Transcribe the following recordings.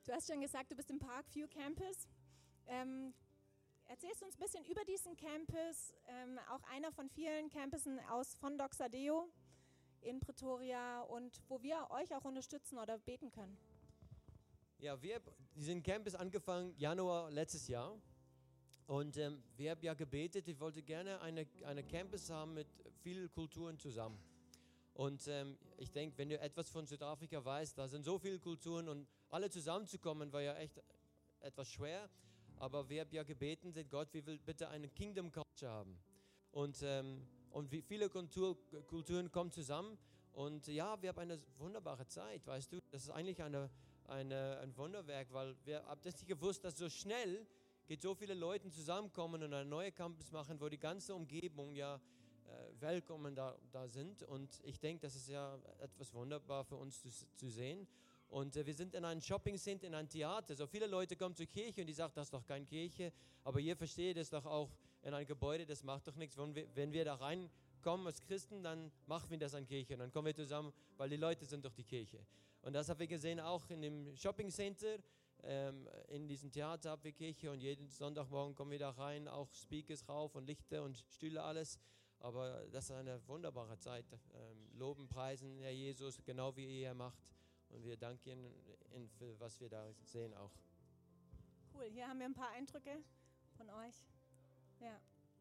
Du hast schon gesagt, du bist im Parkview Campus. Erzählst du uns ein bisschen über diesen Campus, auch einer von vielen Campussen von Doxadeo in Pretoria und wo wir euch auch unterstützen oder beten können. Ja, wir haben diesen Campus angefangen Januar letztes Jahr und wir haben ja gebetet, ich wollte gerne eine Campus haben mit vielen Kulturen zusammen. Und ich denke, wenn du etwas von Südafrika weißt, da sind so viele Kulturen und alle zusammenzukommen war ja echt etwas schwer. Aber wir haben ja gebeten, Gott, wir will bitte eine Kingdom Culture haben. Und wie viele Kulturen kommen zusammen. Und ja, wir haben eine wunderbare Zeit, weißt du. Das ist eigentlich ein Wunderwerk, weil wir haben das nicht gewusst, dass so schnell so viele Leute zusammenkommen und eine neue Campus machen, wo die ganze Umgebung ja willkommen da sind. Und ich denke, das ist ja etwas wunderbar für uns zu sehen. Und wir sind in einem Shopping-Center, in einem Theater. So viele Leute kommen zur Kirche und die sagen, das ist doch keine Kirche. Aber ihr versteht es doch auch in ein Gebäude, das macht doch nichts. Wenn wir da reinkommen als Christen, dann machen wir das an Kirche. Und dann kommen wir zusammen, weil die Leute sind doch die Kirche. Und das haben wir gesehen auch in dem Shopping-Center. In diesem Theater haben wir Kirche und jeden Sonntagmorgen kommen wir da rein, auch Speakers rauf und Lichter und Stühle, alles. Aber das ist eine wunderbare Zeit. Loben, preisen, Herr Jesus, genau wie ihr macht. Und wir danken Ihnen für was wir da sehen auch. Cool, hier haben wir ein paar Eindrücke von euch. Ja.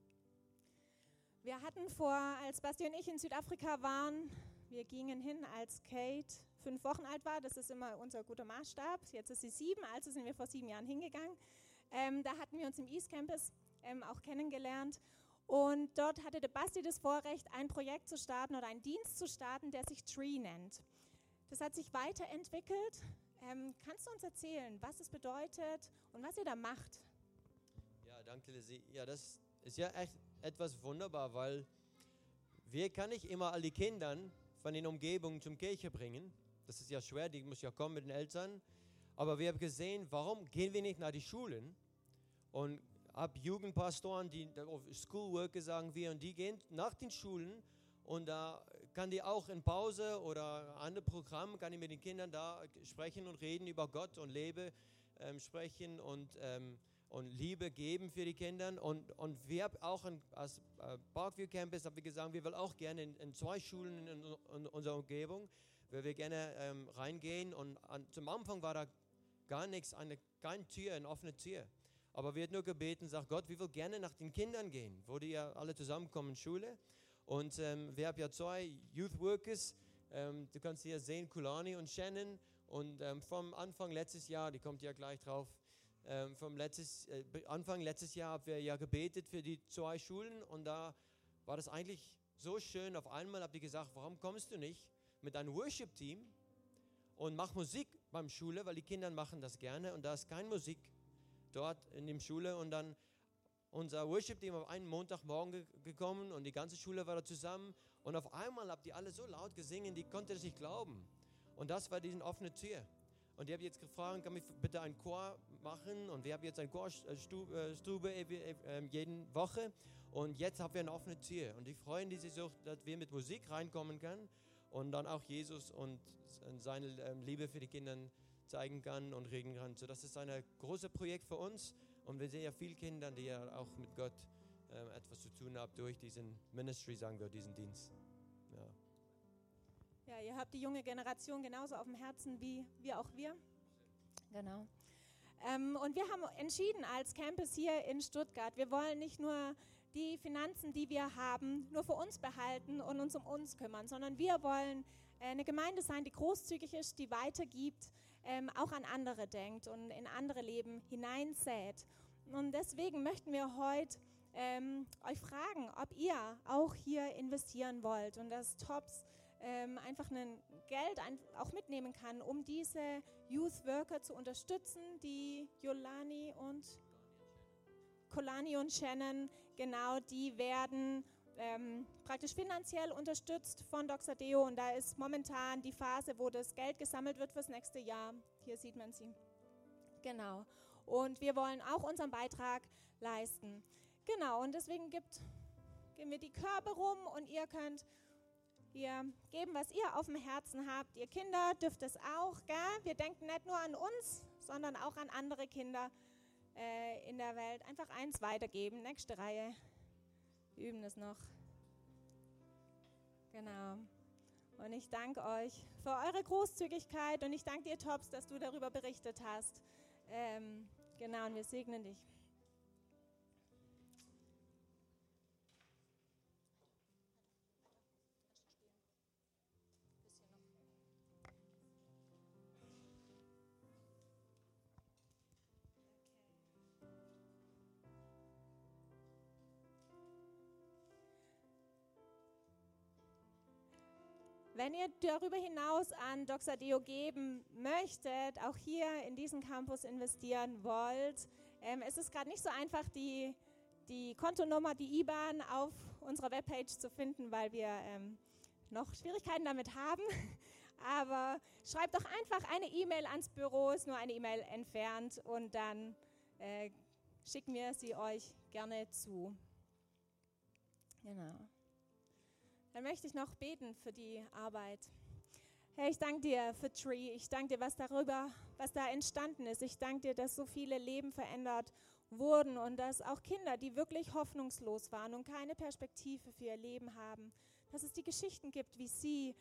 Wir hatten als Basti und ich in Südafrika waren, wir gingen hin, als Kate 5 Wochen alt war. Das ist immer unser guter Maßstab. Jetzt ist sie 7, also sind wir vor 7 Jahren hingegangen. Da hatten wir uns im East Campus auch kennengelernt. Und dort hatte der Basti das Vorrecht, ein Projekt zu starten oder einen Dienst zu starten, der sich Tree nennt. Das hat sich weiterentwickelt. Kannst du uns erzählen, was es bedeutet und was ihr da macht? Ja, danke Lizzie. Ja, das ist ja echt etwas wunderbar, weil wir kann nicht immer alle Kinder von den Umgebungen zum Kirche bringen. Das ist ja schwer, die muss ja kommen mit den Eltern. Aber wir haben gesehen, warum gehen wir nicht nach die Schulen und ab Jugendpastoren, die Schoolworker sagen wir, und die gehen nach den Schulen und da kann die auch in Pause oder andere Programme, kann ich mit den Kindern da sprechen und reden über Gott und Leben sprechen und Liebe geben für die Kinder. Und wir haben auch als Parkview Campus, haben wir gesagt, wir wollen auch gerne in 2 Schulen in unserer Umgebung, weil wir gerne reingehen. Und zum Anfang war da gar nichts, keine Tür, eine offene Tür. Aber wir haben nur gebeten, sagt Gott, wir wollen gerne nach den Kindern gehen, wo die ja alle zusammenkommen in Schule. Und wir haben ja 2 Youth Workers, du kannst hier sehen, Kulani und Shannon. Und vom Anfang letztes Jahr, die kommt ja gleich drauf, Anfang letztes Jahr haben wir ja gebetet für die 2 Schulen. Und da war das eigentlich so schön. Auf einmal habt ihr gesagt, warum kommst du nicht mit einem Worship-Team und mach Musik beim Schule, weil die Kinder machen das gerne. Und da ist keine Musik dort in der Schule und dann unser Worship-Team auf einen Montagmorgen gekommen und die ganze Schule war da zusammen und auf einmal habt ihr alle so laut gesungen, die konnten das nicht glauben. Und das war diese offene Tür. Und die haben jetzt gefragt, kann ich bitte einen Chor machen? Und wir haben jetzt eine Chorstube jede Woche und jetzt haben wir eine offene Tür. Und die freuen sich so, dass wir mit Musik reinkommen können und dann auch Jesus und seine Liebe für die Kinder zeigen kann und reden kann. So, das ist ein großes Projekt für uns und wir sehen ja viele Kinder, die ja auch mit Gott etwas zu tun haben durch diesen Ministry, sagen wir, diesen Dienst. Ja, ihr habt die junge Generation genauso auf dem Herzen wie auch wir. Genau. Und wir haben entschieden als Campus hier in Stuttgart, wir wollen nicht nur die Finanzen, die wir haben, nur für uns behalten und uns um uns kümmern, sondern wir wollen eine Gemeinde sein, die großzügig ist, die weitergibt, auch an andere denkt und in andere Leben hineinsät. Und deswegen möchten wir heute euch fragen, ob ihr auch hier investieren wollt und dass Tops einfach ein Geld auch mitnehmen kann, um diese Youth Worker zu unterstützen, die Kulani und Shannon, genau, die werden praktisch finanziell unterstützt von Doxadeo und da ist momentan die Phase, wo das Geld gesammelt wird fürs nächste Jahr. Hier sieht man sie. Genau. Und wir wollen auch unseren Beitrag leisten. Genau, und deswegen gehen wir die Körbe rum und ihr könnt ihr geben, was ihr auf dem Herzen habt. Ihr Kinder dürft es auch, gell? Wir denken nicht nur an uns, sondern auch an andere Kinder in der Welt. Einfach eins weitergeben. Nächste Reihe. Wir üben das noch. Genau. Und ich danke euch für eure Großzügigkeit und ich danke dir, Tops, dass du darüber berichtet hast. Genau, und wir segnen dich. Wenn ihr darüber hinaus an Doxadeo geben möchtet, auch hier in diesen Campus investieren wollt, es ist gerade nicht so einfach, die Kontonummer, die IBAN auf unserer Webpage zu finden, weil wir noch Schwierigkeiten damit haben. Aber schreibt doch einfach eine E-Mail ans Büro, ist nur eine E-Mail entfernt und dann schicken wir sie euch gerne zu. Genau. Dann möchte ich noch beten für die Arbeit. Herr, ich danke dir für Tree. Ich danke dir, was da entstanden ist. Ich danke dir, dass so viele Leben verändert wurden und dass auch Kinder, die wirklich hoffnungslos waren und keine Perspektive für ihr Leben haben, dass es die Geschichten gibt, wie sie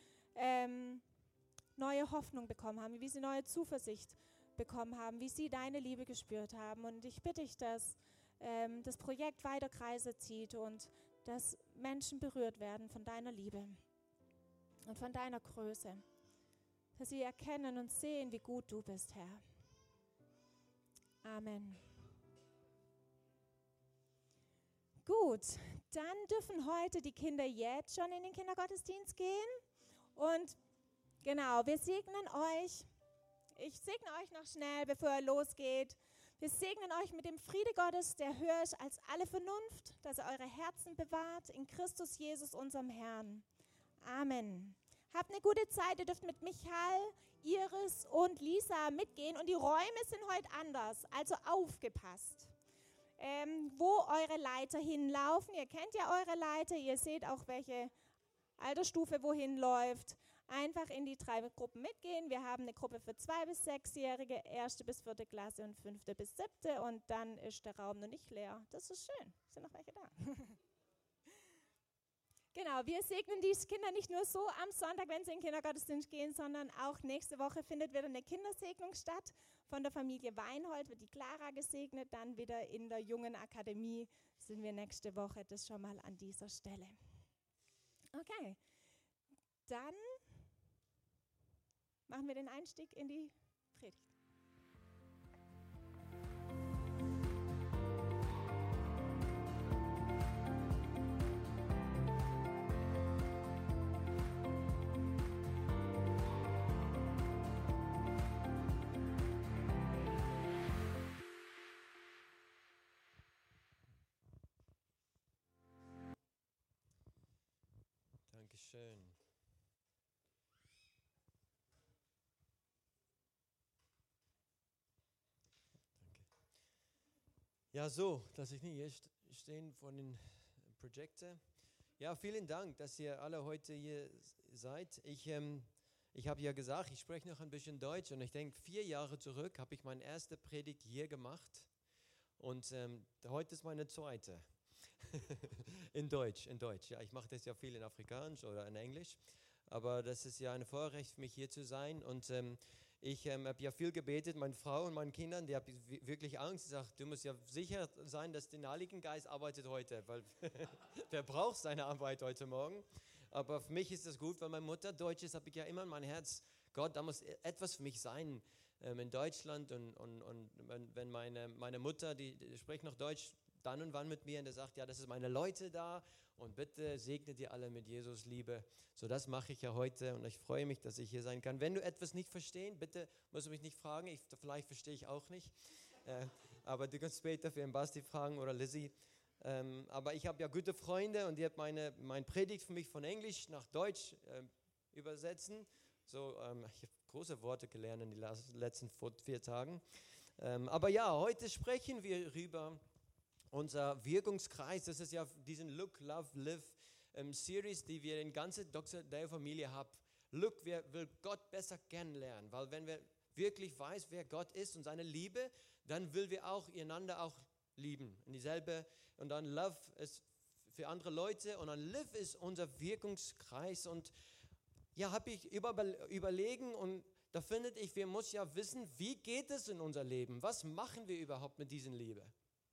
neue Hoffnung bekommen haben, wie sie neue Zuversicht bekommen haben, wie sie deine Liebe gespürt haben. Und ich bitte dich, dass das Projekt weiter Kreise zieht und dass Menschen berührt werden von deiner Liebe und von deiner Größe, dass sie erkennen und sehen, wie gut du bist, Herr. Amen. Gut, dann dürfen heute die Kinder jetzt schon in den Kindergottesdienst gehen und genau, wir segnen euch. Ich segne euch noch schnell, bevor er losgeht. Wir segnen euch mit dem Friede Gottes, der höher ist als alle Vernunft, dass er eure Herzen bewahrt in Christus Jesus, unserem Herrn. Amen. Habt eine gute Zeit. Ihr dürft mit Michael, Iris und Lisa mitgehen. Und die Räume sind heute anders, also aufgepasst. Wo eure Leiter hinlaufen. Ihr kennt ja eure Leiter. Ihr seht auch, welche Altersstufe wohin läuft. Einfach in die 3 Gruppen mitgehen. Wir haben eine Gruppe für 2- bis 6-Jährige, 1. bis 4. Klasse und 5. bis 7. Und dann ist der Raum noch nicht leer. Das ist schön. Sind noch welche da? Genau, wir segnen die Kinder nicht nur so am Sonntag, wenn sie in den Kindergottesdienst gehen, sondern auch nächste Woche findet wieder eine Kindersegnung statt. Von der Familie Weinhold wird die Clara gesegnet. Dann wieder in der Jungen Akademie sind wir nächste Woche. Das schon mal an dieser Stelle. Okay, dann machen wir den Einstieg in die Predigt. Dankeschön. Ja, so, dass ich nicht hier stehen von den Projekten. Ja, vielen Dank, dass ihr alle heute hier seid. Ich habe ja gesagt, ich spreche noch ein bisschen Deutsch und ich denke, 4 Jahre zurück habe ich meine erste Predigt hier gemacht und heute ist meine zweite. In Deutsch. Ja, ich mache das ja viel in Afrikaans oder in Englisch, aber das ist ja ein Vorrecht für mich hier zu sein und ich habe ja viel gebetet, meine Frau und meinen Kindern, die haben wirklich Angst, gesagt, du musst ja sicher sein, dass der Heilige Geist arbeitet heute, weil wer braucht seine Arbeit heute Morgen? Aber für mich ist das gut, weil meine Mutter Deutsch ist, habe ich ja immer in mein Herz, Gott, da muss etwas für mich sein in Deutschland und wenn meine Mutter, die spricht noch Deutsch, dann und wann mit mir und er sagt, ja, das sind meine Leute da und bitte segnet ihr alle mit Jesus Liebe. So, das mache ich ja heute und ich freue mich, dass ich hier sein kann. Wenn du etwas nicht verstehst, bitte musst du mich nicht fragen, vielleicht verstehe ich auch nicht, aber du kannst später für den Basti fragen oder Lizzie. Aber ich habe ja gute Freunde und die hat mein Predigt für mich von Englisch nach Deutsch übersetzen. So, ich habe große Worte gelernt in den letzten 4 Tagen. Aber ja, heute sprechen wir über unser Wirkungskreis. Das ist ja diesen Look, Love, Live Series, die wir in ganze Dr. Dale Familie haben. Look, wir will Gott besser kennenlernen, weil wenn wir wirklich weiß, wer Gott ist und seine Liebe, dann will wir auch einander auch lieben. Und dieselbe, und dann Love ist für andere Leute und dann Live ist unser Wirkungskreis. Und ja, habe ich überlegen und da finde ich, wir müssen ja wissen, wie geht es in unser Leben? Was machen wir überhaupt mit dieser Liebe?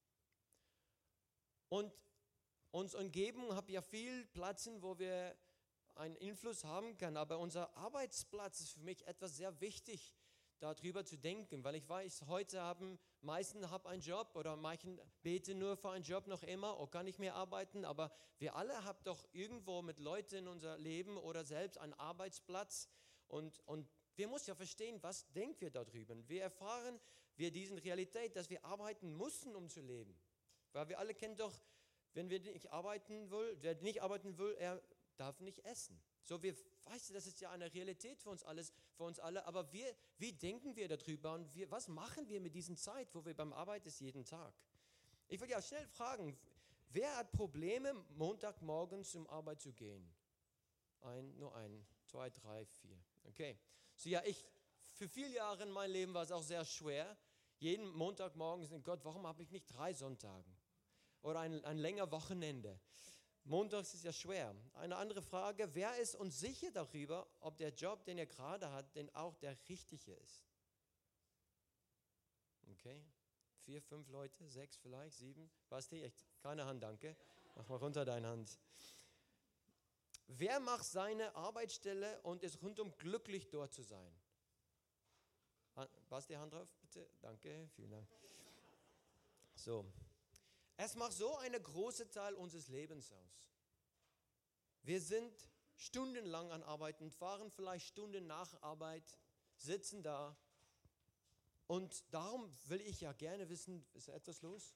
Und uns umgeben hat ja viel Plätze, wo wir einen Einfluss haben können, aber unser Arbeitsplatz ist für mich etwas sehr wichtig, darüber zu denken, weil ich weiß, heute haben meisten einen Job oder manchen beten nur für einen Job noch immer oder kann nicht mehr arbeiten, aber wir alle haben doch irgendwo mit Leuten in unser Leben oder selbst einen Arbeitsplatz und wir müssen ja verstehen, was denken wir darüber. Wir erfahren diese Realität, dass wir arbeiten müssen, um zu leben, weil wir alle kennen doch, wenn wer nicht arbeiten will, er darf nicht essen. So, weißt du, das ist ja eine Realität für uns alle, aber wie denken wir darüber und was machen wir mit dieser Zeit, wo wir beim Arbeiten sind jeden Tag? Ich will ja schnell fragen, wer hat Probleme, Montagmorgen zur Arbeit zu gehen? Nur ein, zwei, drei, vier. Okay. So ja, für viele Jahre in meinem Leben war es auch sehr schwer. Jeden Montagmorgen sind Gott, warum habe ich nicht 3 Sonntage? Oder ein länger Wochenende? Montags ist ja schwer. Eine andere Frage, wer ist uns sicher darüber, ob der Job, den er gerade hat, denn auch der richtige ist? Okay, 4, 5 Leute, 6 vielleicht, 7. Basti, echt keine Hand, danke. Mach mal runter deine Hand. Wer macht seine Arbeitsstelle und ist rundum glücklich, dort zu sein? Basti, Hand drauf, bitte. Danke, vielen Dank. So. Es macht so einen großen Teil unseres Lebens aus. Wir sind stundenlang an Arbeiten, fahren vielleicht Stunden nach Arbeit, sitzen da. Und darum will ich ja gerne wissen, ist da etwas los?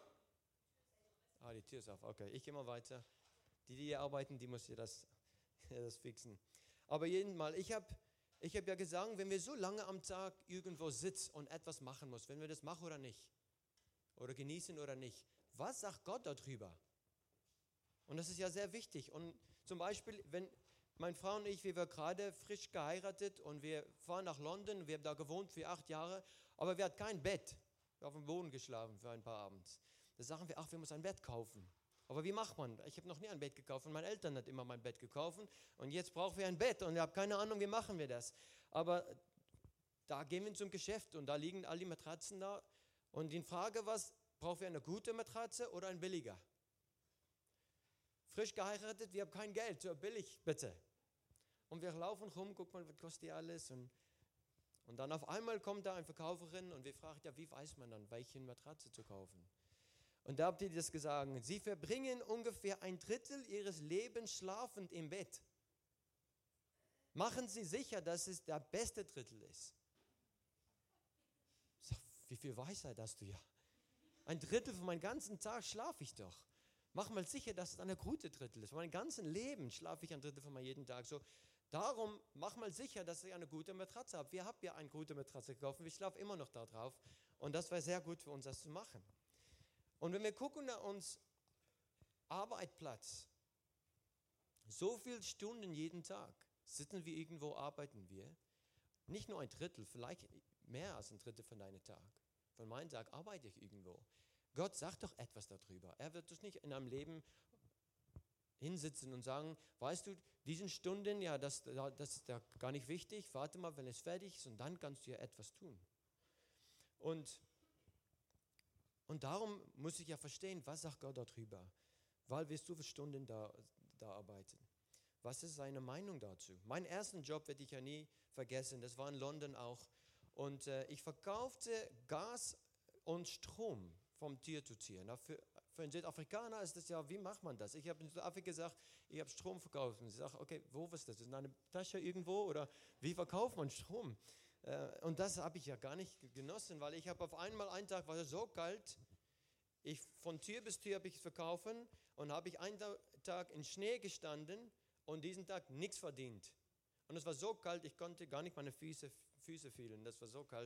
Die Tür ist auf, okay, ich gehe mal weiter. Die hier arbeiten, die muss ja das fixen. Aber jedenfalls, ich hab ja gesagt, wenn wir so lange am Tag irgendwo sitzen und etwas machen müssen, wenn wir das machen oder nicht, oder genießen oder nicht, was sagt Gott darüber? Und das ist ja sehr wichtig. Und zum Beispiel, wenn meine Frau und ich, wir waren gerade frisch geheiratet und wir fahren nach London, wir haben da gewohnt für 8 Jahre, aber wir hatten kein Bett. Wir haben auf dem Boden geschlafen für ein paar Abends. Da sagen wir, wir müssen ein Bett kaufen. Aber wie macht man? Ich habe noch nie ein Bett gekauft und meine Eltern haben immer mein Bett gekauft und jetzt brauchen wir ein Bett und ich habe keine Ahnung, wie machen wir das. Aber da gehen wir zum Geschäft und da liegen all die Matratzen da und die Frage, brauchen wir eine gute Matratze oder ein billiger? Frisch geheiratet, wir haben kein Geld, so billig bitte. Und wir laufen rum, guck mal, was kostet die alles und dann auf einmal kommt da eine Verkäuferin und wir fragen, ja, wie weiß man dann, welche Matratze zu kaufen? Und da habt ihr das gesagt, sie verbringen ungefähr 1/3 ihres Lebens schlafend im Bett. Machen Sie sicher, dass es der beste Drittel ist. Ich sag, wie viel Weisheit hast du ja? 1/3 von meinem ganzen Tag schlafe ich doch. Mach mal sicher, dass es eine gute Drittel ist. Mein ganzes Leben schlafe ich 1/3 von meinem jeden Tag. So, darum mach mal sicher, dass ich eine gute Matratze habe. Wir haben ja eine gute Matratze gekauft und wir schlafen immer noch da drauf. Und das war sehr gut für uns, das zu machen. Und wenn wir gucken nach uns Arbeitsplatz, so viele Stunden jeden Tag sitzen wir irgendwo, arbeiten wir. Nicht nur 1/3, vielleicht mehr als 1/3 von deinem Tag. Von meinem Tag arbeite ich irgendwo. Gott sagt doch etwas darüber. Er wird uns nicht in einem Leben hinsitzen und sagen, weißt du, diesen Stunden, ja, das ist ja gar nicht wichtig. Warte mal, wenn es fertig ist und dann kannst du ja etwas tun. Und darum muss ich ja verstehen, was sagt Gott darüber? Weil wir so viele Stunden da arbeiten. Was ist seine Meinung dazu? Meinen ersten Job werde ich ja nie vergessen. Das war in London auch. Und ich verkaufte Gas und Strom vom Tier zu Tier. Na, für einen Südafrikaner ist das ja, wie macht man das? Ich habe in Südafrika gesagt, ich habe Strom verkauft. Und sie sagt, okay, wo ist das? Ist in einer Tasche irgendwo? Oder wie verkauft man Strom? Und das habe ich ja gar nicht genossen, weil ich habe auf einmal einen Tag, war es so kalt, von Tür bis Tür habe ich es verkaufen und habe ich einen Tag in Schnee gestanden und diesen Tag nichts verdient. Und es war so kalt, ich konnte gar nicht meine Füße fühlen, das war so kalt.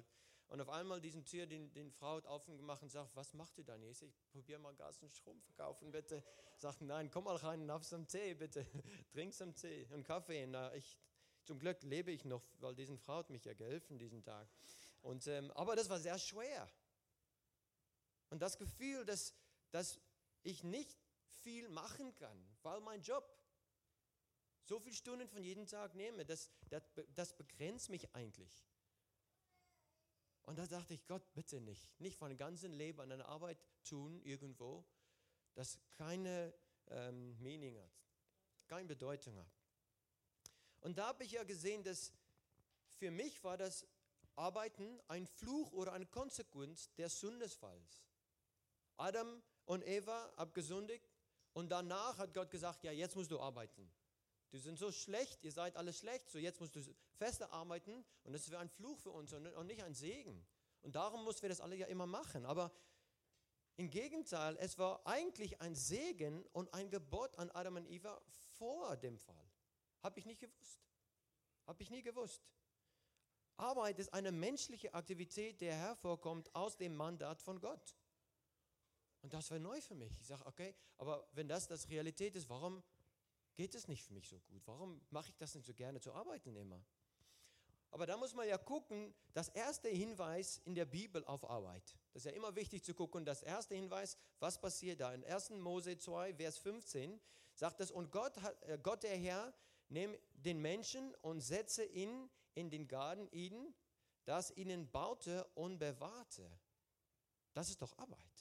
Und auf einmal diesen Tür, den Frau hat aufgemacht und sagt, was macht du da nicht? Ich probiere mal Gas und Strom verkaufen, bitte. Sagt, nein, komm mal rein und hab some Tee, bitte. Trink some Tee und Kaffee. Na, zum Glück lebe ich noch, weil diese Frau hat mich ja geholfen diesen Tag. Und, aber das war sehr schwer. Und das Gefühl, dass ich nicht viel machen kann, weil mein Job so viele Stunden von jedem Tag nehme, das begrenzt mich eigentlich. Und da dachte ich, Gott, bitte nicht mein ganzes Leben an einer Arbeit tun, irgendwo, das keine Meaning hat, keine Bedeutung hat. Und da habe ich ja gesehen, dass für mich war das Arbeiten ein Fluch oder eine Konsequenz des Sündesfalls. Adam und Eva haben gesündigt und danach hat Gott gesagt, ja, jetzt musst du arbeiten. Die sind so schlecht, ihr seid alle schlecht, so jetzt musst du fester arbeiten und das wäre ein Fluch für uns und nicht ein Segen. Und darum mussten wir das alle ja immer machen. Aber im Gegenteil, es war eigentlich ein Segen und ein Gebot an Adam und Eva vor dem Fall. Habe ich nicht gewusst. Habe ich nie gewusst. Arbeit ist eine menschliche Aktivität, die hervorkommt aus dem Mandat von Gott. Und das war neu für mich. Ich sage, okay, aber wenn das Realität ist, warum geht es nicht für mich so gut? Warum mache ich das nicht so gerne zu arbeiten immer? Aber da muss man ja gucken, das erste Hinweis in der Bibel auf Arbeit. Das ist ja immer wichtig zu gucken, das erste Hinweis, was passiert da? In 1. Mose 2, Vers 15 sagt es, und Gott der Herr, nehme den Menschen und setze ihn in den Garten Eden, das ihnen baute und bewahrte. Das ist doch Arbeit.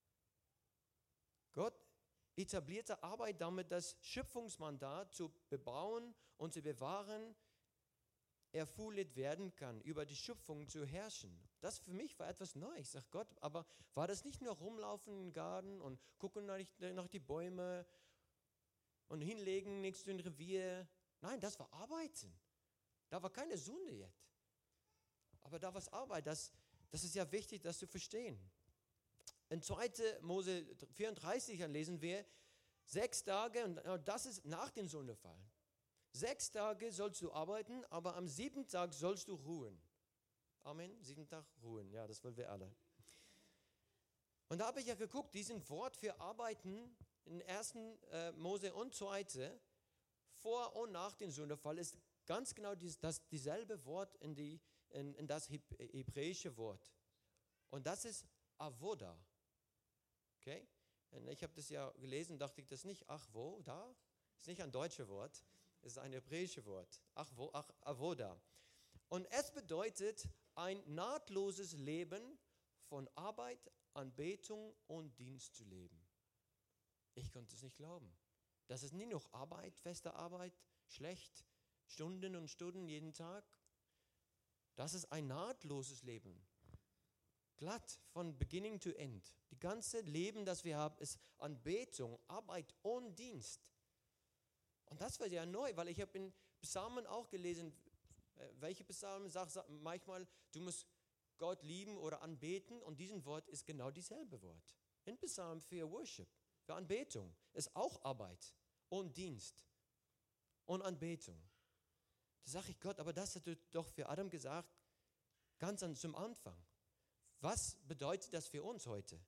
Gott etablierte Arbeit damit, das Schöpfungsmandat zu bebauen und zu bewahren erfüllt werden kann, über die Schöpfung zu herrschen. Das für mich war etwas Neues. Ich sage, Gott, aber war das nicht nur rumlaufen im Garten und gucken nach die Bäume und hinlegen nichts zu dem Revier? Nein, das war Arbeiten. Da war keine Sünde jetzt. Aber da war es Arbeit. Das ist ja wichtig, das zu verstehen. In 2. Mose 34 lesen wir, 6 Tage, und das ist nach dem Sündefall. 6 Tage sollst du arbeiten, aber am 7. Tag sollst du ruhen. Amen, 7. Tag ruhen, ja, das wollen wir alle. Und da habe ich ja geguckt, diesen Wort für Arbeiten in 1. Mose und 2. vor und nach dem Sündefall ist ganz genau dieselbe Wort in das hebräische Wort. Und das ist Avoda. Okay? Und ich habe das ja gelesen, dachte ich, das nicht, ach wo, da? Ist nicht ein deutsches Wort, es ist ein hebräisches Wort. Avoda. Und es bedeutet ein nahtloses Leben von Arbeit, Anbetung und Dienst zu leben. Ich konnte es nicht glauben. Das ist nicht noch Arbeit, feste Arbeit, schlecht, Stunden und Stunden jeden Tag. Das ist ein nahtloses Leben. Glatt, von beginning to end. Die ganze Leben, das wir haben, ist Anbetung, Arbeit und Dienst. Und das war ja neu, weil ich habe in Psalmen auch gelesen, welche Psalmen sagt manchmal, du musst Gott lieben oder anbeten, und dieses Wort ist genau dieselbe Wort. In Psalm für Worship, für Anbetung, ist auch Arbeit und Dienst und Anbetung. Da sage ich, Gott, aber das hat du doch für Adam gesagt, ganz zum Anfang. Was bedeutet das für uns heute?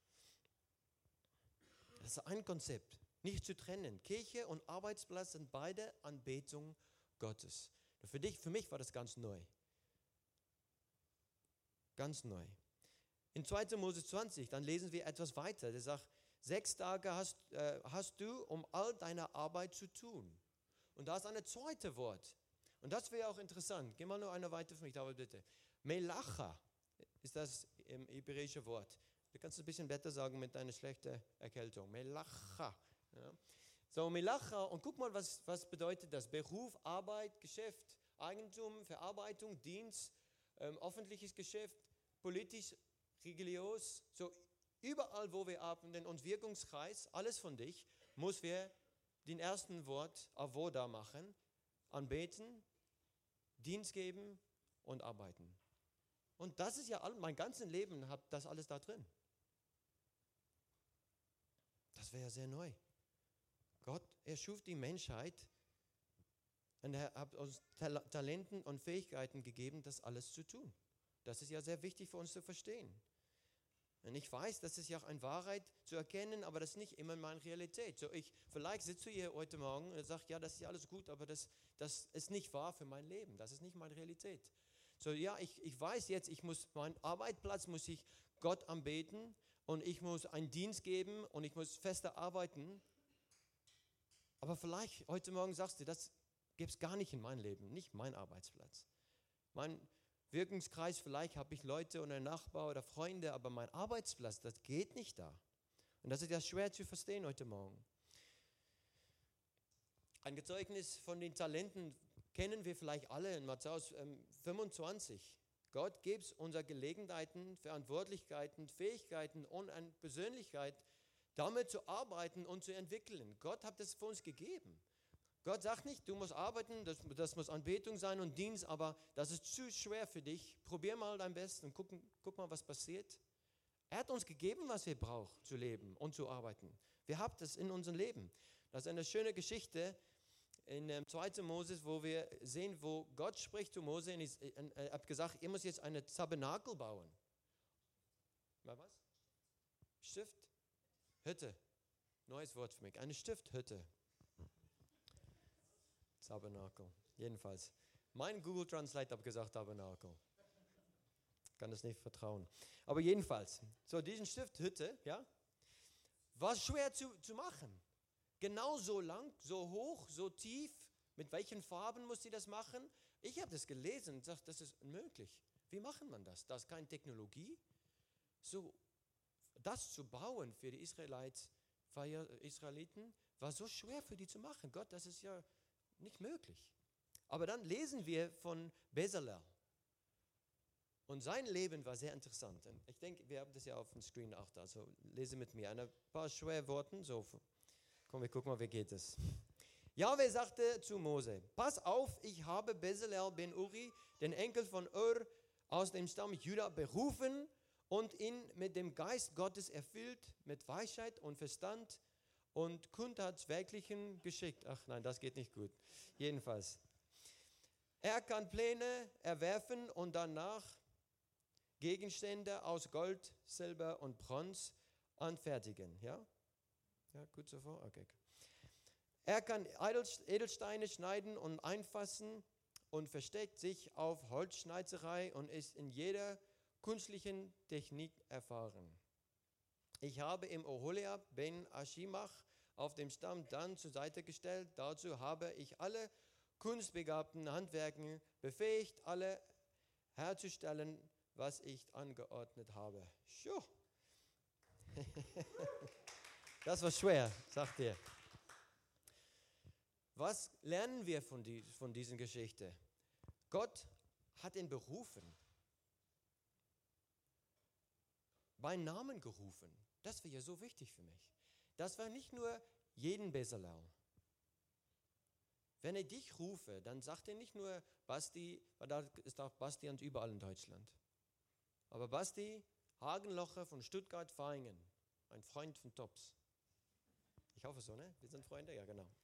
Das ist ein Konzept, nicht zu trennen. Kirche und Arbeitsplatz sind beide Anbetung Gottes. Für mich war das ganz neu. Ganz neu. In 2. Mose 20, dann lesen wir etwas weiter. Der sagt, 6 Tage hast du, um all deine Arbeit zu tun. Und da ist ein zweites Wort. Und das wäre auch interessant. Geh mal noch eine weiter für mich, aber bitte. Melacha ist das im hebräischen Wort. Du kannst es ein bisschen besser sagen mit deiner schlechten Erkältung. Melacha. Ja. So, Melacha, und guck mal, was bedeutet das? Beruf, Arbeit, Geschäft, Eigentum, Verarbeitung, Dienst, öffentliches Geschäft, politisch, religiös. So, überall, wo wir arbeiten und Wirkungskreis, alles von dich, muss wir den ersten Wort Avoda machen, anbeten, Dienst geben und arbeiten. Und das ist ja mein ganzes Leben, hat das alles da drin. Das wäre ja sehr neu. Gott erschuf die Menschheit und er hat uns Talenten und Fähigkeiten gegeben, das alles zu tun. Das ist ja sehr wichtig für uns zu verstehen. Und ich weiß, das ist ja auch eine Wahrheit zu erkennen, aber das ist nicht immer meine Realität. So vielleicht sitzt du hier heute Morgen und sagst, ja, das ist ja alles gut, aber das ist nicht wahr für mein Leben. Das ist nicht meine Realität. So, ja, ich weiß jetzt, meinen Arbeitsplatz muss ich Gott anbeten und ich muss einen Dienst geben und ich muss fester arbeiten. Aber vielleicht heute Morgen sagst du, das gibt es gar nicht in meinem Leben, nicht mein Arbeitsplatz. Mein Wirkungskreis, vielleicht habe ich Leute oder Nachbarn oder Freunde, aber mein Arbeitsplatz, das geht nicht da. Und das ist ja schwer zu verstehen heute Morgen. Ein Zeugnis von den Talenten kennen wir vielleicht alle in Matthäus 25. Gott gibt uns Gelegenheiten, Verantwortlichkeiten, Fähigkeiten und eine Persönlichkeit, damit zu arbeiten und zu entwickeln. Gott hat das für uns gegeben. Gott sagt nicht, du musst arbeiten, das muss Anbetung sein und Dienst, aber das ist zu schwer für dich. Probier mal dein Bestes und guck mal, was passiert. Er hat uns gegeben, was wir brauchen, zu leben und zu arbeiten. Wir haben das in unserem Leben. Das ist eine schöne Geschichte in 2. Mose, wo wir sehen, wo Gott spricht zu Mose und er hat gesagt, ihr müsst jetzt eine Tabernakel bauen. Mal was? Stift? Hütte. Neues Wort für mich. Eine Stifthütte. Tabernakel. Jedenfalls. Mein Google Translate hat gesagt Tabernakel. Kann das nicht vertrauen. Aber jedenfalls, so diesen Stifthütte, ja, war schwer zu machen. Genau so lang, so hoch, so tief. Mit welchen Farben muss sie das machen? Ich habe das gelesen und gesagt, das ist unmöglich. Wie macht man das? Das ist keine Technologie. So, das zu bauen für die Israeliten war so schwer für die zu machen. Gott, das ist ja nicht möglich. Aber dann lesen wir von Bezalel. Und sein Leben war sehr interessant. Und ich denke, wir haben das ja auf dem Screen auch da. Also lese mit mir ein paar schwere Worte. So, komm, wir gucken mal, wie geht es. Jahwe sagte zu Mose, pass auf, ich habe Bezalel ben Uri, den Enkel von Ur, aus dem Stamm Juda berufen und ihn mit dem Geist Gottes erfüllt, mit Weisheit und Verstand und kundheitswerklichen Geschick. Ach nein, das geht nicht gut. Jedenfalls. Er kann Pläne erwerfen und danach Gegenstände aus Gold, Silber und Bronze anfertigen. Ja? Ja, gut so vor? Okay. Er kann Edelsteine schneiden und einfassen und versteckt sich auf Holzschneizerei und ist in jeder künstlichen Technik erfahren. Ich habe ihm Oholiab ben Aschimach auf dem Stamm dann zur Seite gestellt. Dazu habe ich alle kunstbegabten Handwerker befähigt, alle herzustellen, was ich angeordnet habe. Das war schwer, sagt er. Was lernen wir von dieser Geschichte? Gott hat ihn berufen. Bei Namen gerufen. Das war ja so wichtig für mich. Das war nicht nur jeden Bezalel. Wenn ich dich rufe, dann sagt er nicht nur Basti, weil da ist auch Basti und überall in Deutschland. Aber Basti Hagenlocher von Stuttgart-Vaihingen, ein Freund von Tops. Ich hoffe so, ne? Wir sind Freunde, ja genau.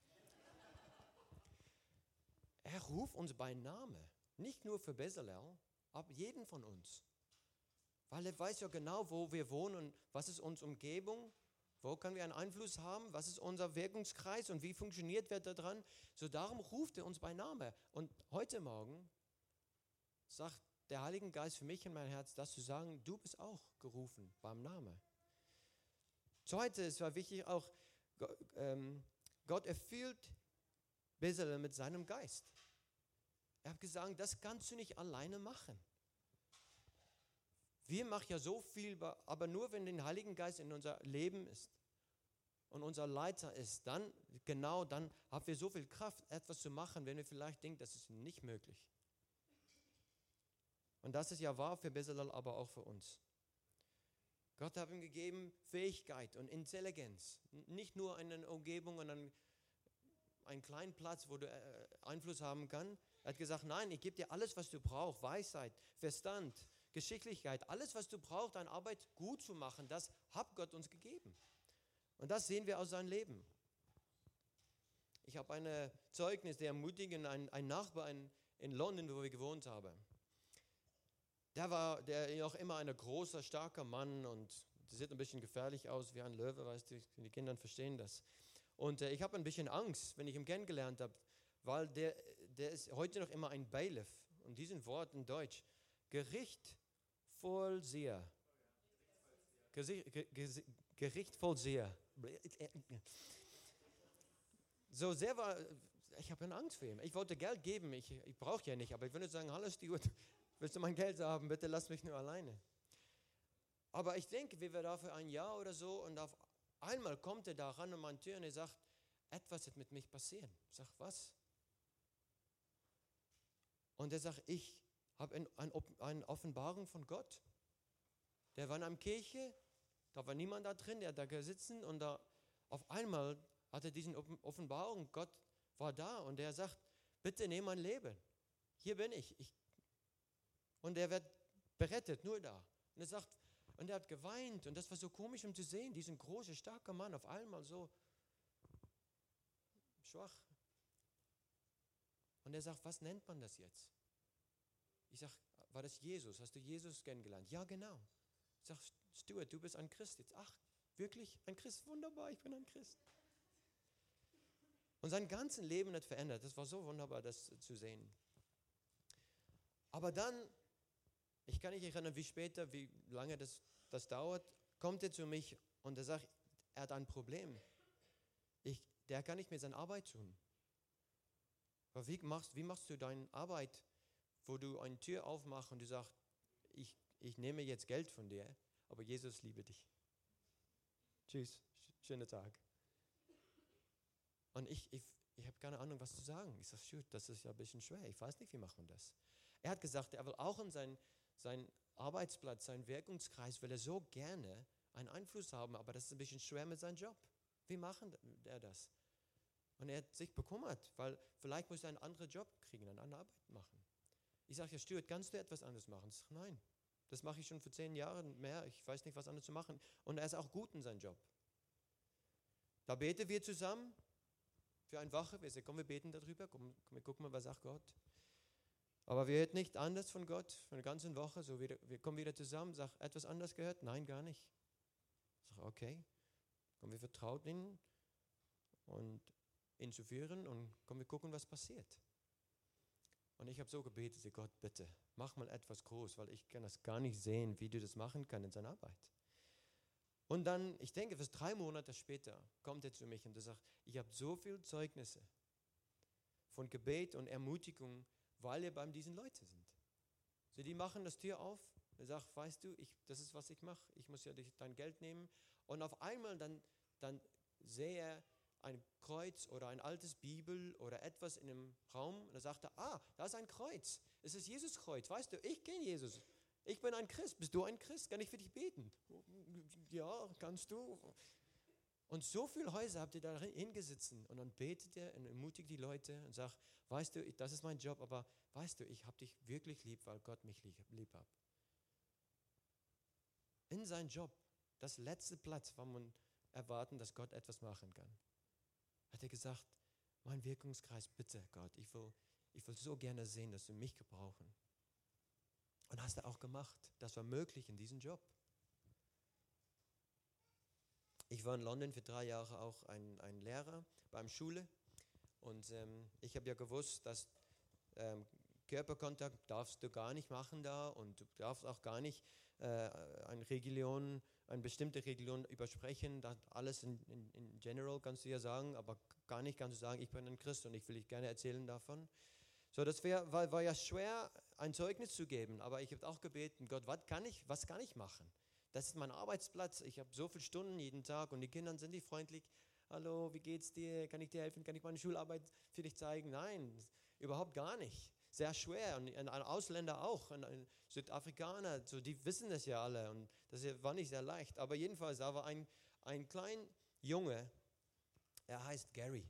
Er ruft uns bei Namen, nicht nur für Bezalel, aber jeden von uns. Weil er weiß ja genau, wo wir wohnen und was ist unsere Umgebung, wo können wir einen Einfluss haben, was ist unser Wirkungskreis und wie funktioniert wir da dran. So darum ruft er uns bei Namen. Und heute Morgen sagt der Heilige Geist für mich in mein Herz, das zu sagen, du bist auch gerufen beim Namen. Zweitens war wichtig auch, Gott erfüllt Bezalel mit seinem Geist. Er hat gesagt, das kannst du nicht alleine machen. Wir machen ja so viel, aber nur wenn der Heilige Geist in unser Leben ist und unser Leiter ist, dann haben wir so viel Kraft, etwas zu machen, wenn wir vielleicht denken, das ist nicht möglich. Und das ist ja wahr für Bezalel, aber auch für uns. Gott hat ihm gegeben Fähigkeit und Intelligenz. Nicht nur eine Umgebung und einen kleinen Platz, wo du Einfluss haben kannst. Er hat gesagt, nein, ich gebe dir alles, was du brauchst. Weisheit, Verstand, Geschicklichkeit. Alles, was du brauchst, deine Arbeit gut zu machen, das hat Gott uns gegeben. Und das sehen wir aus seinem Leben. Ich habe ein Zeugnis, der ermutigend, ein Nachbar in London, wo wir gewohnt haben. der auch immer ein großer, starker Mann und der sieht ein bisschen gefährlich aus wie ein Löwe, weißt du, die Kinder verstehen das. Und ich habe ein bisschen Angst, wenn ich ihn kennengelernt habe, weil der ist heute noch immer ein Bailiff. Und diesen Wort in Deutsch, Gerichtvollseher. Gerichtvollseher. So sehr war, ich habe Angst vor ihm. Ich wollte Geld geben, ich brauche ja nicht, aber ich würde sagen, hallo Stuart, willst du mein Geld haben? Bitte lass mich nur alleine. Aber ich denke, wir waren da für ein Jahr oder so und auf einmal kommt er da ran an meine Tür und er sagt, etwas wird mit mich passieren. Ich sage, was? Und er sagt, ich habe eine Offenbarung von Gott. Der war in einer Kirche, da war niemand da drin, der hat da gesessen und da auf einmal hat er diese Offenbarung, Gott war da und er sagt, bitte nimm mein Leben. Hier bin ich. Und er wird berettet, nur da. Und er sagt, und er hat geweint und das war so komisch, um zu sehen, diesen großen, starken Mann auf einmal so schwach. Und er sagt, was nennt man das jetzt? Ich sage, war das Jesus? Hast du Jesus kennengelernt? Ja, genau. Ich sage, Stuart, du bist ein Christ jetzt. Ach, wirklich? Ein Christ? Wunderbar, ich bin ein Christ. Und sein ganzes Leben hat verändert. Das war so wunderbar, das zu sehen. Aber dann, ich kann nicht erinnern, wie lange das dauert, kommt er zu mich und er sagt, er hat ein Problem. Der kann nicht mehr seine Arbeit tun. Aber wie machst du deine Arbeit, wo du eine Tür aufmachst und du sagst, ich nehme jetzt Geld von dir, aber Jesus liebe dich. Tschüss, schönen Tag. Und ich habe keine Ahnung, was zu sagen. Ich sage, shoot, das ist ja ein bisschen schwer. Ich weiß nicht, wie machen wir das. Er hat gesagt, er will auch in seinen Arbeitsplatz, seinen Wirkungskreis, will er so gerne einen Einfluss haben, aber das ist ein bisschen schwer mit seinem Job. Wie macht er das? Und er hat sich bekümmert, weil vielleicht muss er einen anderen Job kriegen, eine andere Arbeit machen. Ich sage, ja Stuart, kannst du etwas anderes machen? Ich sage, nein, das mache ich schon für 10 Jahre mehr. Ich weiß nicht, was anderes zu machen. Und er ist auch gut in seinem Job. Da beten wir zusammen für eine Woche. Wir sagen, komm, wir beten darüber. Komm, wir gucken mal, was sagt Gott. Aber wir hören nicht anders von Gott für eine ganze Woche. So wir kommen wieder zusammen, sagen, etwas anderes gehört? Nein, gar nicht. Ich sage, okay. Komm, wir vertrauen ihn und ihn zu führen und komm, wir gucken, was passiert. Und ich habe so gebetet, Gott, bitte, mach mal etwas groß, weil ich kann das gar nicht sehen, wie du das machen kannst in seiner Arbeit. Und dann, ich denke, fast 3 Monate später kommt er zu mich und er sagt, ich habe so viele Zeugnisse von Gebet und Ermutigung, weil ihr bei diesen Leuten sind. So, die machen das Tür auf, er sagt, weißt du, das ist, was ich mache, ich muss ja dein Geld nehmen. Und auf einmal dann sehe er ein Kreuz oder ein altes Bibel oder etwas in einem Raum und er sagte, da ist ein Kreuz, es ist Jesus-Kreuz, weißt du, ich kenne Jesus, ich bin ein Christ, bist du ein Christ, kann ich für dich beten? Ja, kannst du. Und so viele Häuser habt ihr da hingesitzen und dann betet er und ermutigt die Leute und sagt, weißt du, das ist mein Job, aber weißt du, ich habe dich wirklich lieb, weil Gott mich lieb hat. In seinem Job, das letzte Platz, wo man erwarten, dass Gott etwas machen kann, hat er gesagt, mein Wirkungskreis, bitte Gott, ich will so gerne sehen, dass sie mich gebrauchen. Und hast er auch gemacht. Das war möglich in diesem Job. Ich war in London für 3 Jahre auch ein Lehrer bei einer Schule. Und ich habe ja gewusst, dass Körperkontakt darfst du gar nicht machen da und du darfst auch gar nicht eine bestimmte Religion übersprechen. Das alles in general kannst du ja sagen, aber gar nicht kannst du sagen, ich bin ein Christ und ich will dich gerne erzählen davon. So, das war ja schwer, ein Zeugnis zu geben, aber ich habe auch gebeten, Gott, was kann ich machen? Das ist mein Arbeitsplatz, ich habe so viele Stunden jeden Tag und die Kinder sind nicht freundlich. Hallo, wie geht's dir? Kann ich dir helfen? Kann ich meine Schularbeit für dich zeigen? Nein, überhaupt gar nicht. Sehr schwer und ein Ausländer auch, ein Südafrikaner, so, die wissen das ja alle und das war nicht sehr leicht. Aber jedenfalls, da war ein kleiner Junge, er heißt Gary.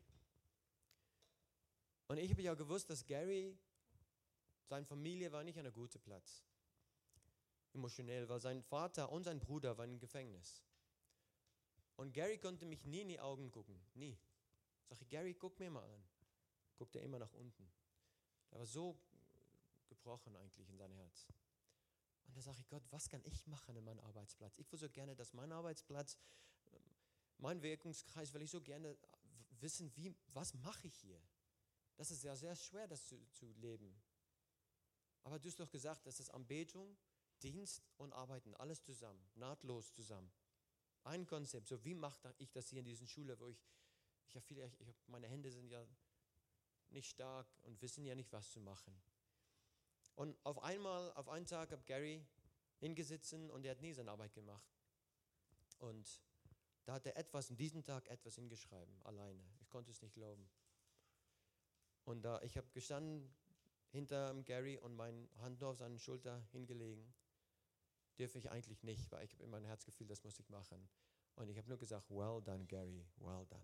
Und ich habe ja gewusst, dass Gary, seine Familie war nicht an einem guten Platz. Emotionell, weil sein Vater und sein Bruder waren im Gefängnis. Und Gary konnte mich nie in die Augen gucken, nie. Sag ich, Gary, guck mir mal an. Guckt er immer nach unten. Er war so gebrochen eigentlich in sein Herz. Und da sage ich, Gott, was kann ich machen in meinem Arbeitsplatz? Ich will so gerne, dass mein Arbeitsplatz, mein Wirkungskreis, will ich so gerne wissen, was mache ich hier? Das ist ja sehr schwer, das zu leben. Aber du hast doch gesagt, das ist Anbetung, Dienst und Arbeiten, alles zusammen, nahtlos zusammen. Ein Konzept, so wie mache ich das hier in dieser Schule, wo meine Hände sind ja nicht stark und wissen ja nicht, was zu machen. Und auf einen Tag hat Gary hingesessen und er hat nie seine Arbeit gemacht. Und da hat er an diesem Tag etwas hingeschrieben, alleine. Ich konnte es nicht glauben. Und ich habe gestanden hinter Gary und meine Hand nur auf seine Schulter hingelegen. Dürfe ich eigentlich nicht, weil ich habe in meinem Herz gefühlt, das muss ich machen. Und ich habe nur gesagt, well done, Gary, well done.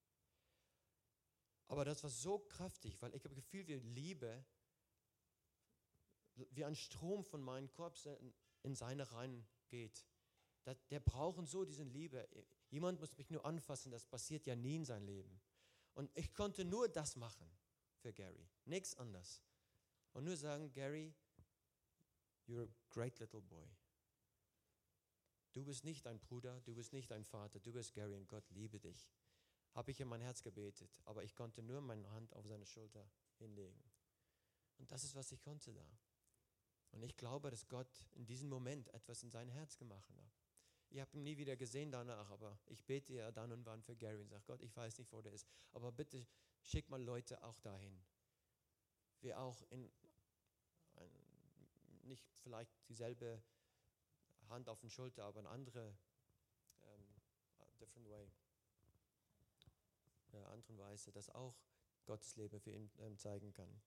Aber das war so kräftig, weil ich habe das Gefühl, wie Liebe, wie ein Strom von meinem Korb in seine rein geht. Der braucht so diese Liebe. Jemand muss mich nur anfassen, das passiert ja nie in seinem Leben. Und ich konnte nur das machen für Gary, nichts anderes. Und nur sagen, Gary, you're a great little boy. Du bist nicht ein Bruder, du bist nicht ein Vater, du bist Gary und Gott liebe dich. Habe ich in mein Herz gebetet, aber ich konnte nur meine Hand auf seine Schulter hinlegen. Und das ist, was ich konnte da. Und ich glaube, dass Gott in diesem Moment etwas in sein Herz gemacht hat. Ich habe ihn nie wieder gesehen danach, aber ich bete ja dann und wann für Gary und sage, Gott, ich weiß nicht, wo der ist, aber bitte schick mal Leute auch dahin. Wir auch nicht vielleicht dieselbe Hand auf den Schulter, aber eine andere, different way, anderen Weise, dass auch Gottes Leben für ihn zeigen kann.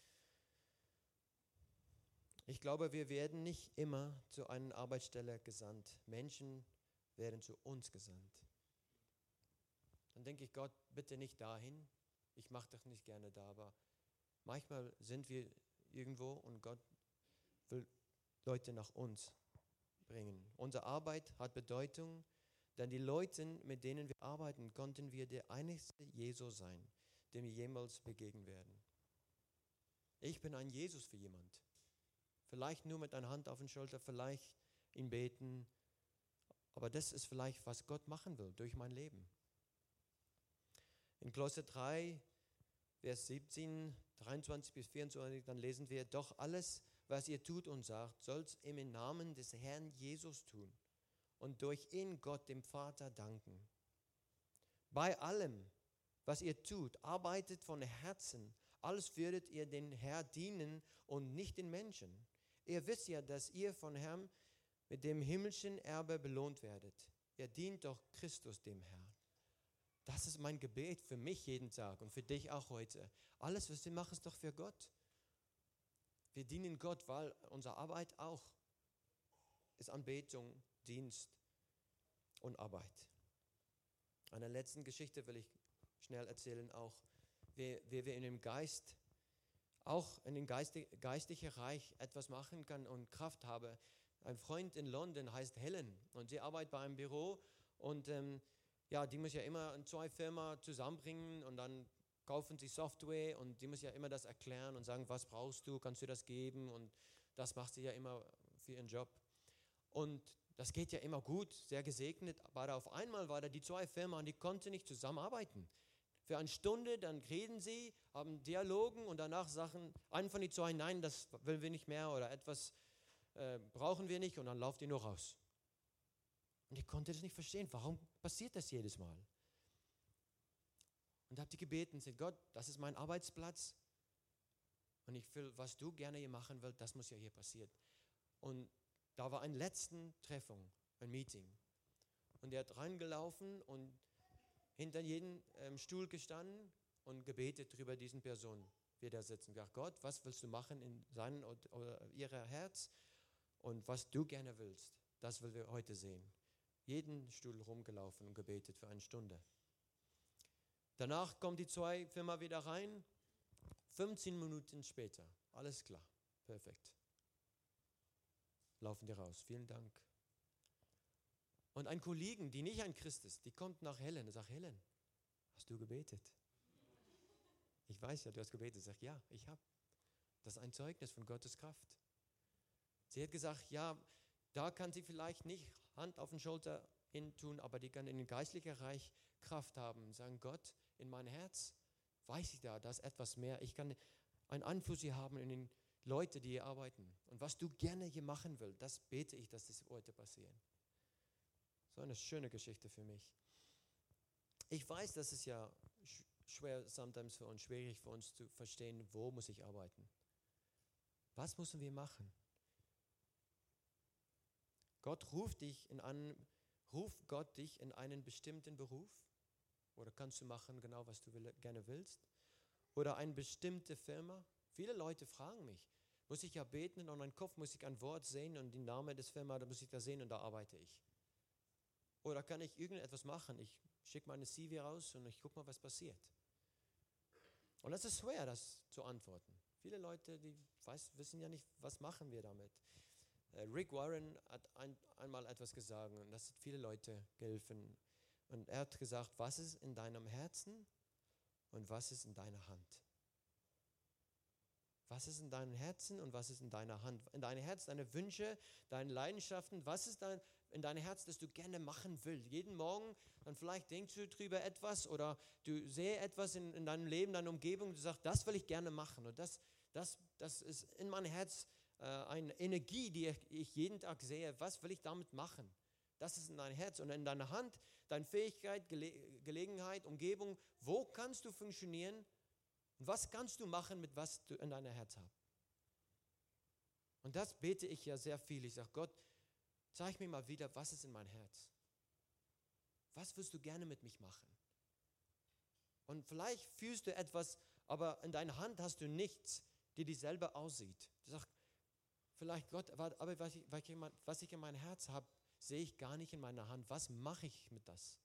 Ich glaube, wir werden nicht immer zu einer Arbeitsstelle gesandt. Menschen werden zu uns gesandt. Dann denke ich, Gott, bitte nicht dahin. Ich mache das nicht gerne da, aber manchmal sind wir irgendwo und Gott will Leute nach uns bringen. Unsere Arbeit hat Bedeutung, denn die Leute, mit denen wir arbeiten, konnten wir der einzige Jesus sein, dem wir jemals begegnen werden. Ich bin ein Jesus für jemand. Vielleicht nur mit einer Hand auf den Schulter, vielleicht ihn beten, aber das ist vielleicht, was Gott machen will durch mein Leben. In Kolosser 3, Vers 17, 23 bis 24, dann lesen wir, doch alles, was ihr tut und sagt, sollt im Namen des Herrn Jesus tun und durch ihn Gott dem Vater danken. Bei allem, was ihr tut, arbeitet von Herzen, alles würdet ihr den Herrn dienen und nicht den Menschen. Ihr wisst ja, dass ihr von Herrn mit dem himmlischen Erbe belohnt werdet. Ihr dient doch Christus dem Herrn. Das ist mein Gebet für mich jeden Tag und für dich auch heute. Alles, was wir machen, ist doch für Gott. Wir dienen Gott, weil unsere Arbeit auch ist Anbetung, Dienst und Arbeit. Eine letzte Geschichte will ich schnell erzählen, auch wie wir in dem Geist, auch in dem geistlichen Reich etwas machen kann und Kraft habe. Ein Freund in London heißt Helen und sie arbeitet bei einem Büro und die muss ja immer 2 Firmen zusammenbringen und dann kaufen sie Software und die muss ja immer das erklären und sagen, was brauchst du, kannst du das geben und das macht sie ja immer für ihren Job. Und das geht ja immer gut, sehr gesegnet, aber auf einmal war da die 2 Firmen und die konnten nicht zusammenarbeiten. Für eine Stunde, dann reden sie, haben Dialogen und danach sagen einen von den 2, nein, das wollen wir nicht mehr oder etwas brauchen wir nicht und dann lauft ihr nur raus. Und ich konnte das nicht verstehen, warum passiert das jedes Mal? Und habe die gebeten, sagt Gott, das ist mein Arbeitsplatz und ich will, was du gerne hier machen willst, das muss ja hier passieren. Und da war eine letzte Treffung, ein Meeting. Und er hat reingelaufen und hinter jedem Stuhl gestanden und gebetet über diesen Person, wie da sitzen. Ich dachte, Gott, was willst du machen in seinem oder ihrem Herz und was du gerne willst, das will wir heute sehen. Jeden Stuhl rumgelaufen und gebetet für eine Stunde. Danach kommen die 2 Firmen wieder rein, 15 Minuten später, alles klar, perfekt. Laufen die raus, vielen Dank. Und ein Kollegen, die nicht ein Christ ist, die kommt nach Helen und sagt, Helen, hast du gebetet? Ich weiß ja, du hast gebetet. Sagt, ja, ich habe. Das ist ein Zeugnis von Gottes Kraft. Sie hat gesagt, ja, da kann sie vielleicht nicht Hand auf den Schulter hin tun, aber die kann in den geistlichen Reich Kraft haben. Sagen, Gott, in mein Herz weiß ich da ist etwas mehr. Ich kann einen Einfluss hier haben in den Leute, die hier arbeiten. Und was du gerne hier machen willst, das bete ich, dass das heute passieren. So eine schöne Geschichte für mich. Ich weiß, dass es ja schwer sometimes für uns, schwierig für uns zu verstehen, wo muss ich arbeiten. Was müssen wir machen? Ruft Gott dich in einen bestimmten Beruf? Oder kannst du machen genau, was du gerne willst? Oder eine bestimmte Firma? Viele Leute fragen mich, muss ich ja beten und in meinem Kopf muss ich ein Wort sehen und den Namen des Firma, da muss ich da sehen und da arbeite ich. Oder kann ich irgendetwas machen? Ich schicke meine CV raus und ich gucke mal, was passiert. Und das ist schwer, das zu antworten. Viele Leute, die wissen ja nicht, was machen wir damit. Rick Warren hat einmal etwas gesagt und das hat viele Leute geholfen. Und er hat gesagt, was ist in deinem Herzen und was ist in deiner Hand? Was ist in deinem Herzen und was ist in deiner Hand? In deinem Herz, deine Wünsche, deine Leidenschaften, was ist in deinem Herz, das du gerne machen willst? Jeden Morgen, dann vielleicht denkst du drüber etwas oder du siehst etwas in deinem Leben, deiner Umgebung, du sagst, das will ich gerne machen. Und das ist in meinem Herz eine Energie, die ich jeden Tag sehe. Was will ich damit machen? Das ist in deinem Herz und in deiner Hand, deine Fähigkeit, Gelegenheit, Umgebung. Wo kannst du funktionieren? Und was kannst du machen, mit was du in deinem Herz hast? Und das bete ich ja sehr viel. Ich sage, Gott, zeig mir mal wieder, was ist in meinem Herz? Was willst du gerne mit mich machen? Und vielleicht fühlst du etwas, aber in deiner Hand hast du nichts, die dieselbe aussieht. Du sagst, vielleicht Gott, aber was ich in meinem Herz habe, sehe ich gar nicht in meiner Hand. Was mache ich mit das?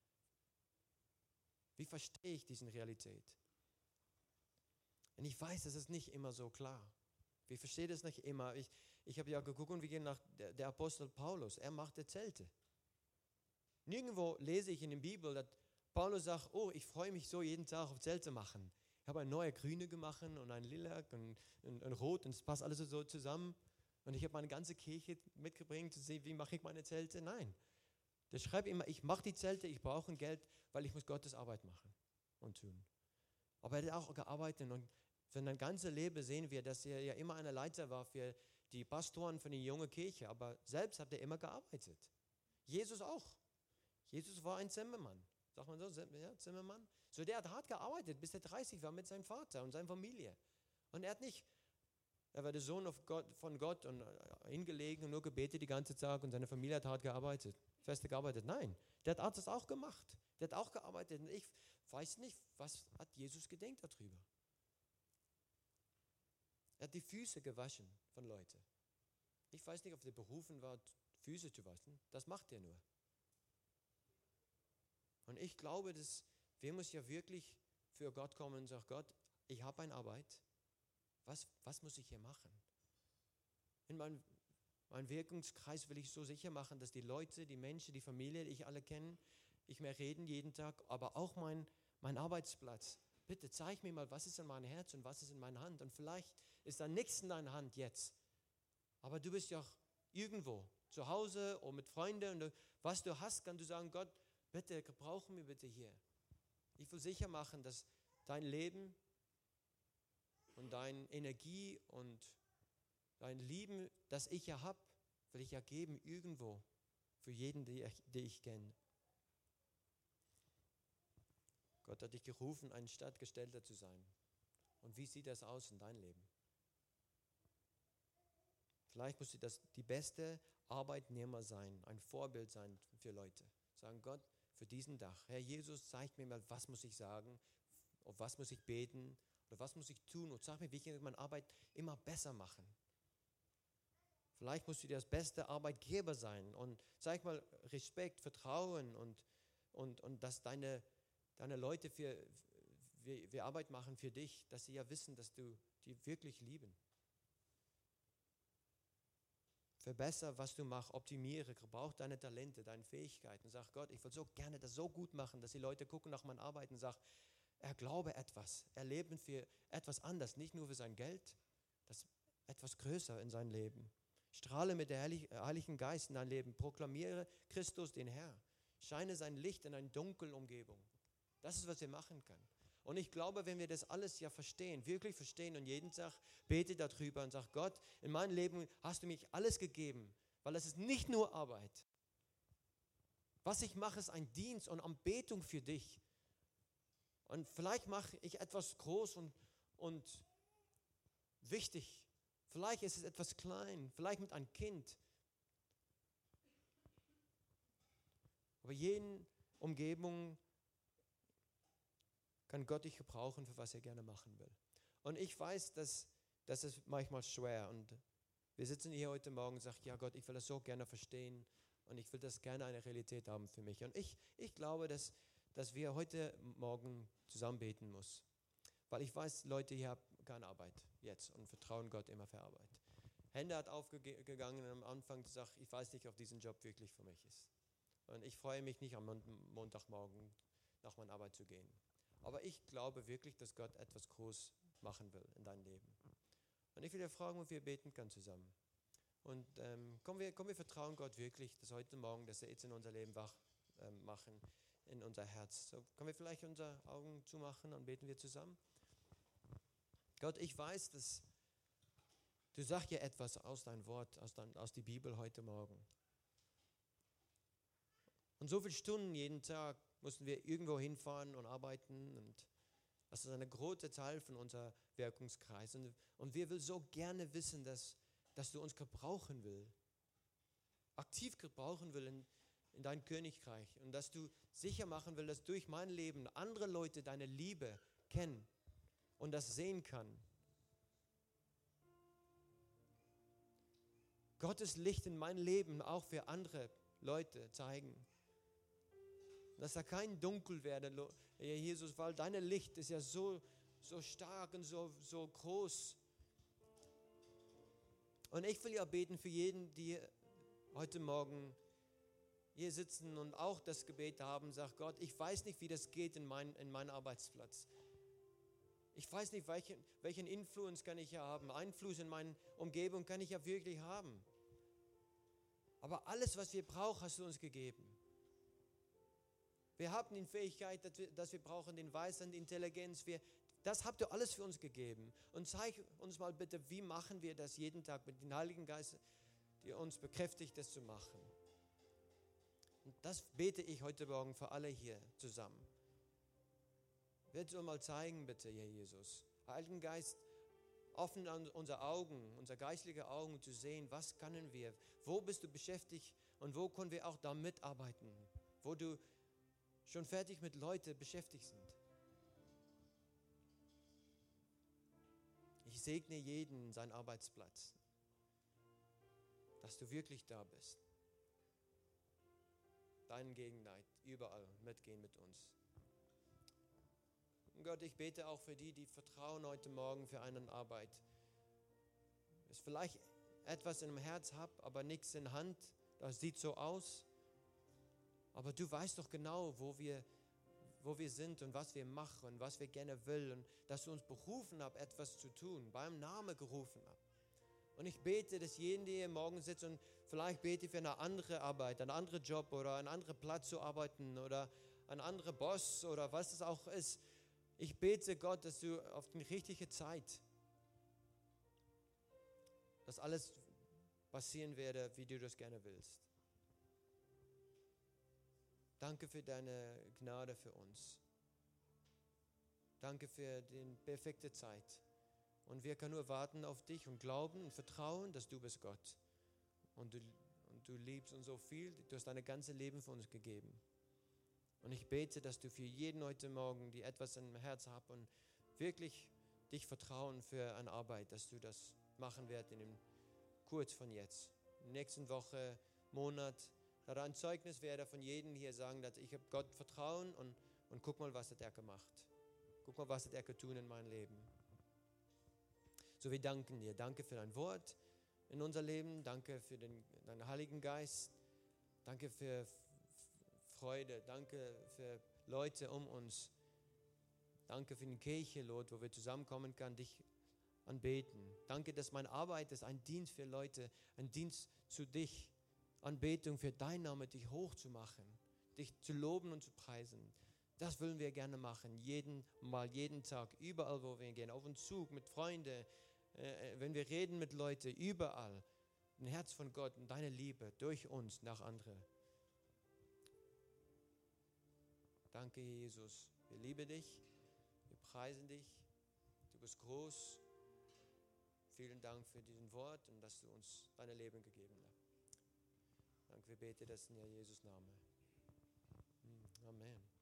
Wie verstehe ich diese Realität? Und ich weiß, das ist nicht immer so klar. Wir verstehen das nicht immer. Ich habe ja geguckt und wir gehen nach der Apostel Paulus. Er machte Zelte. Nirgendwo lese ich in der Bibel, dass Paulus sagt, oh, ich freue mich so jeden Tag auf Zelte machen. Ich habe ein neues Grüne gemacht und ein Lila und ein Rot und es passt alles so zusammen. Und ich habe meine ganze Kirche mitgebracht, zu sehen, wie mache ich meine Zelte. Nein, der schreibt immer, ich mache die Zelte, ich brauche Geld, weil ich muss Gottes Arbeit machen und tun. Aber er hat auch gearbeitet und für sein ganzes Leben sehen wir, dass er ja immer ein Leiter war für die Pastoren von der jungen Kirche, aber selbst hat er immer gearbeitet. Jesus auch. Jesus war ein Zimmermann. Sagt man so, ja, Zimmermann? So, der hat hart gearbeitet, bis er 30 war mit seinem Vater und seiner Familie. Und er war der Sohn von Gott und hingelegen und nur gebetet die ganze Zeit und seine Familie hat hart gearbeitet, feste gearbeitet. Nein, der hat das auch gemacht. Der hat auch gearbeitet und ich weiß nicht, was hat Jesus gedenkt darüber. Er hat die Füße gewaschen von Leuten. Ich weiß nicht, ob der berufen war, Füße zu waschen. Das macht er nur. Und ich glaube, dass wir müssen ja wirklich für Gott kommen und sagen, Gott, ich habe eine Arbeit. Was muss ich hier machen? In meinem Wirkungskreis will ich so sicher machen, dass die Leute, die Menschen, die Familie, die ich alle kenne, ich mehr reden jeden Tag, aber auch mein Arbeitsplatz. Bitte zeig mir mal, was ist in meinem Herz und was ist in meiner Hand. Und vielleicht ist da nichts in deiner Hand jetzt. Aber du bist ja auch irgendwo, zu Hause oder mit Freunden. Und was du hast, kannst du sagen, Gott, bitte, gebrauche mich bitte hier. Ich will sicher machen, dass dein Leben und deine Energie und dein Lieben, das ich ja habe, will ich ja geben irgendwo für jeden, den ich kenne. Gott hat dich gerufen, ein Stadtgestalter zu sein. Und wie sieht das aus in deinem Leben? Vielleicht musst du die beste Arbeitnehmer sein, ein Vorbild sein für Leute. Sagen, Gott, für diesen Tag, Herr Jesus, zeig mir mal, was muss ich sagen, auf was muss ich beten oder was muss ich tun und sag mir, wie ich meine Arbeit immer besser machen. Vielleicht musst du das beste Arbeitgeber sein und zeig mal Respekt, Vertrauen und dass deine Leute wir Arbeit machen für dich, dass sie ja wissen, dass du die wirklich lieben. Verbessere, was du machst, optimiere, gebrauch deine Talente, deine Fähigkeiten. Sag Gott, ich will so gerne das so gut machen, dass die Leute gucken nach meiner Arbeit und sagen, er glaube etwas, er lebt für etwas anderes, nicht nur für sein Geld, das etwas größer in seinem Leben. Strahle mit der Heiligen Geist in dein Leben. Proklamiere Christus den Herr. Scheine sein Licht in eine dunkle Umgebung. Das ist, was wir machen können. Und ich glaube, wenn wir das alles ja verstehen, wirklich verstehen und jeden Tag bete darüber und sage, Gott, in meinem Leben hast du mich alles gegeben, weil es ist nicht nur Arbeit. Was ich mache, ist ein Dienst und Anbetung für dich. Und vielleicht mache ich etwas groß und wichtig. Vielleicht ist es etwas klein, vielleicht mit einem Kind. Aber jede Umgebung kann Gott dich gebrauchen, für was er gerne machen will. Und ich weiß, dass das ist manchmal schwer. Und wir sitzen hier heute Morgen und sagen, ja Gott, ich will das so gerne verstehen und ich will das gerne eine Realität haben für mich. Und ich glaube, dass wir heute Morgen zusammen beten müssen. Weil ich weiß, Leute hier haben keine Arbeit jetzt und vertrauen Gott immer für Arbeit. Hände hat aufgegangen und am Anfang gesagt, ich weiß nicht, ob diesen Job wirklich für mich ist. Und ich freue mich nicht, am Montagmorgen nach meiner Arbeit zu gehen. Aber ich glaube wirklich, dass Gott etwas groß machen will in deinem Leben. Und ich will dir fragen, ob wir beten können zusammen. Und komm, wir vertrauen Gott wirklich, dass heute Morgen, dass er jetzt in unser Leben wach machen, in unser Herz. So, können wir vielleicht unsere Augen zumachen und beten wir zusammen? Gott, ich weiß, dass du sagst ja etwas aus deinem Wort, aus der Bibel heute Morgen. Und so viele Stunden jeden Tag mussten wir irgendwo hinfahren und arbeiten. Und das ist eine große Teil von unserem Wirkungskreis. Und wir will so gerne wissen, dass du uns gebrauchen willst. Aktiv gebrauchen willst in dein Königreich. Und dass du sicher machen willst, dass durch mein Leben andere Leute deine Liebe kennen und das sehen kann. Gottes Licht in mein Leben auch für andere Leute zeigen. Dass da kein Dunkel werde, Herr Jesus, weil dein Licht ist ja so stark und so groß. Und ich will ja beten für jeden, die heute Morgen hier sitzen und auch das Gebet haben, sagt Gott, ich weiß nicht, wie das geht in meinem Arbeitsplatz. Ich weiß nicht, welchen Influence kann ich ja haben. Einfluss in meine Umgebung kann ich ja wirklich haben. Aber alles, was wir brauchen, hast du uns gegeben. Wir haben die Fähigkeit, dass wir brauchen, den Weisheit, die Intelligenz. Das habt ihr alles für uns gegeben. Und zeig uns mal bitte, wie machen wir das jeden Tag mit dem Heiligen Geist, der uns bekräftigt, das zu machen. Und das bete ich heute Morgen für alle hier zusammen. Willst du mal zeigen, bitte, Herr Jesus. Heiligen Geist, offen unsere Augen, unsere geistlichen Augen zu sehen, was können wir, wo bist du beschäftigt und wo können wir auch da mitarbeiten, wo du schon fertig mit Leuten beschäftigt sind. Ich segne jeden seinen Arbeitsplatz, dass du wirklich da bist. Deine Gegenwart überall mitgehen mit uns. Und Gott, ich bete auch für die vertrauen heute Morgen für eine Arbeit. Es vielleicht etwas im Herz habe, aber nichts in Hand. Das sieht so aus. Aber du weißt doch genau, wo wir sind und was wir machen und was wir gerne wollen. Und dass du uns berufen hast, etwas zu tun, beim Namen gerufen hast. Und ich bete, dass jeden, der hier morgen sitzt und vielleicht bete für eine andere Arbeit, einen anderen Job oder einen anderen Platz zu arbeiten oder einen anderen Boss oder was es auch ist. Ich bete Gott, dass du auf die richtige Zeit, dass alles passieren werde, wie du das gerne willst. Danke für deine Gnade für uns. Danke für die perfekte Zeit. Und wir können nur warten auf dich und glauben und vertrauen, dass du bist Gott. Und du liebst uns so viel, du hast dein ganzes Leben für uns gegeben. Und ich bete, dass du für jeden heute Morgen, die etwas im Herzen haben und wirklich dich vertrauen für eine Arbeit, dass du das machen wirst kurz von jetzt. In der nächsten Woche, Monat, dass ein Zeugnis werde von jedem hier sagen, dass ich habe Gott vertrauen und guck mal, was hat er gemacht. Guck mal, was hat er getan in meinem Leben. So, wir danken dir. Danke für dein Wort in unser Leben. Danke für deinen Heiligen Geist. Danke für Freude. Danke für Leute um uns. Danke für die Kirche, Lord, wo wir zusammenkommen können, dich anbeten. Danke, dass meine Arbeit ist ein Dienst für Leute, ein Dienst zu dich. Anbetung für deinen Namen, dich hochzumachen, dich zu loben und zu preisen. Das wollen wir gerne machen, jeden Tag, überall, wo wir hingehen, auf dem Zug, mit Freunden, wenn wir reden mit Leuten, überall. Ein Herz von Gott und deine Liebe durch uns nach anderen. Danke, Jesus. Wir lieben dich, wir preisen dich, du bist groß. Vielen Dank für diesen Wort und dass du uns dein Leben gegeben hast. Danke, wir beten das in Jesus' Namen. Amen.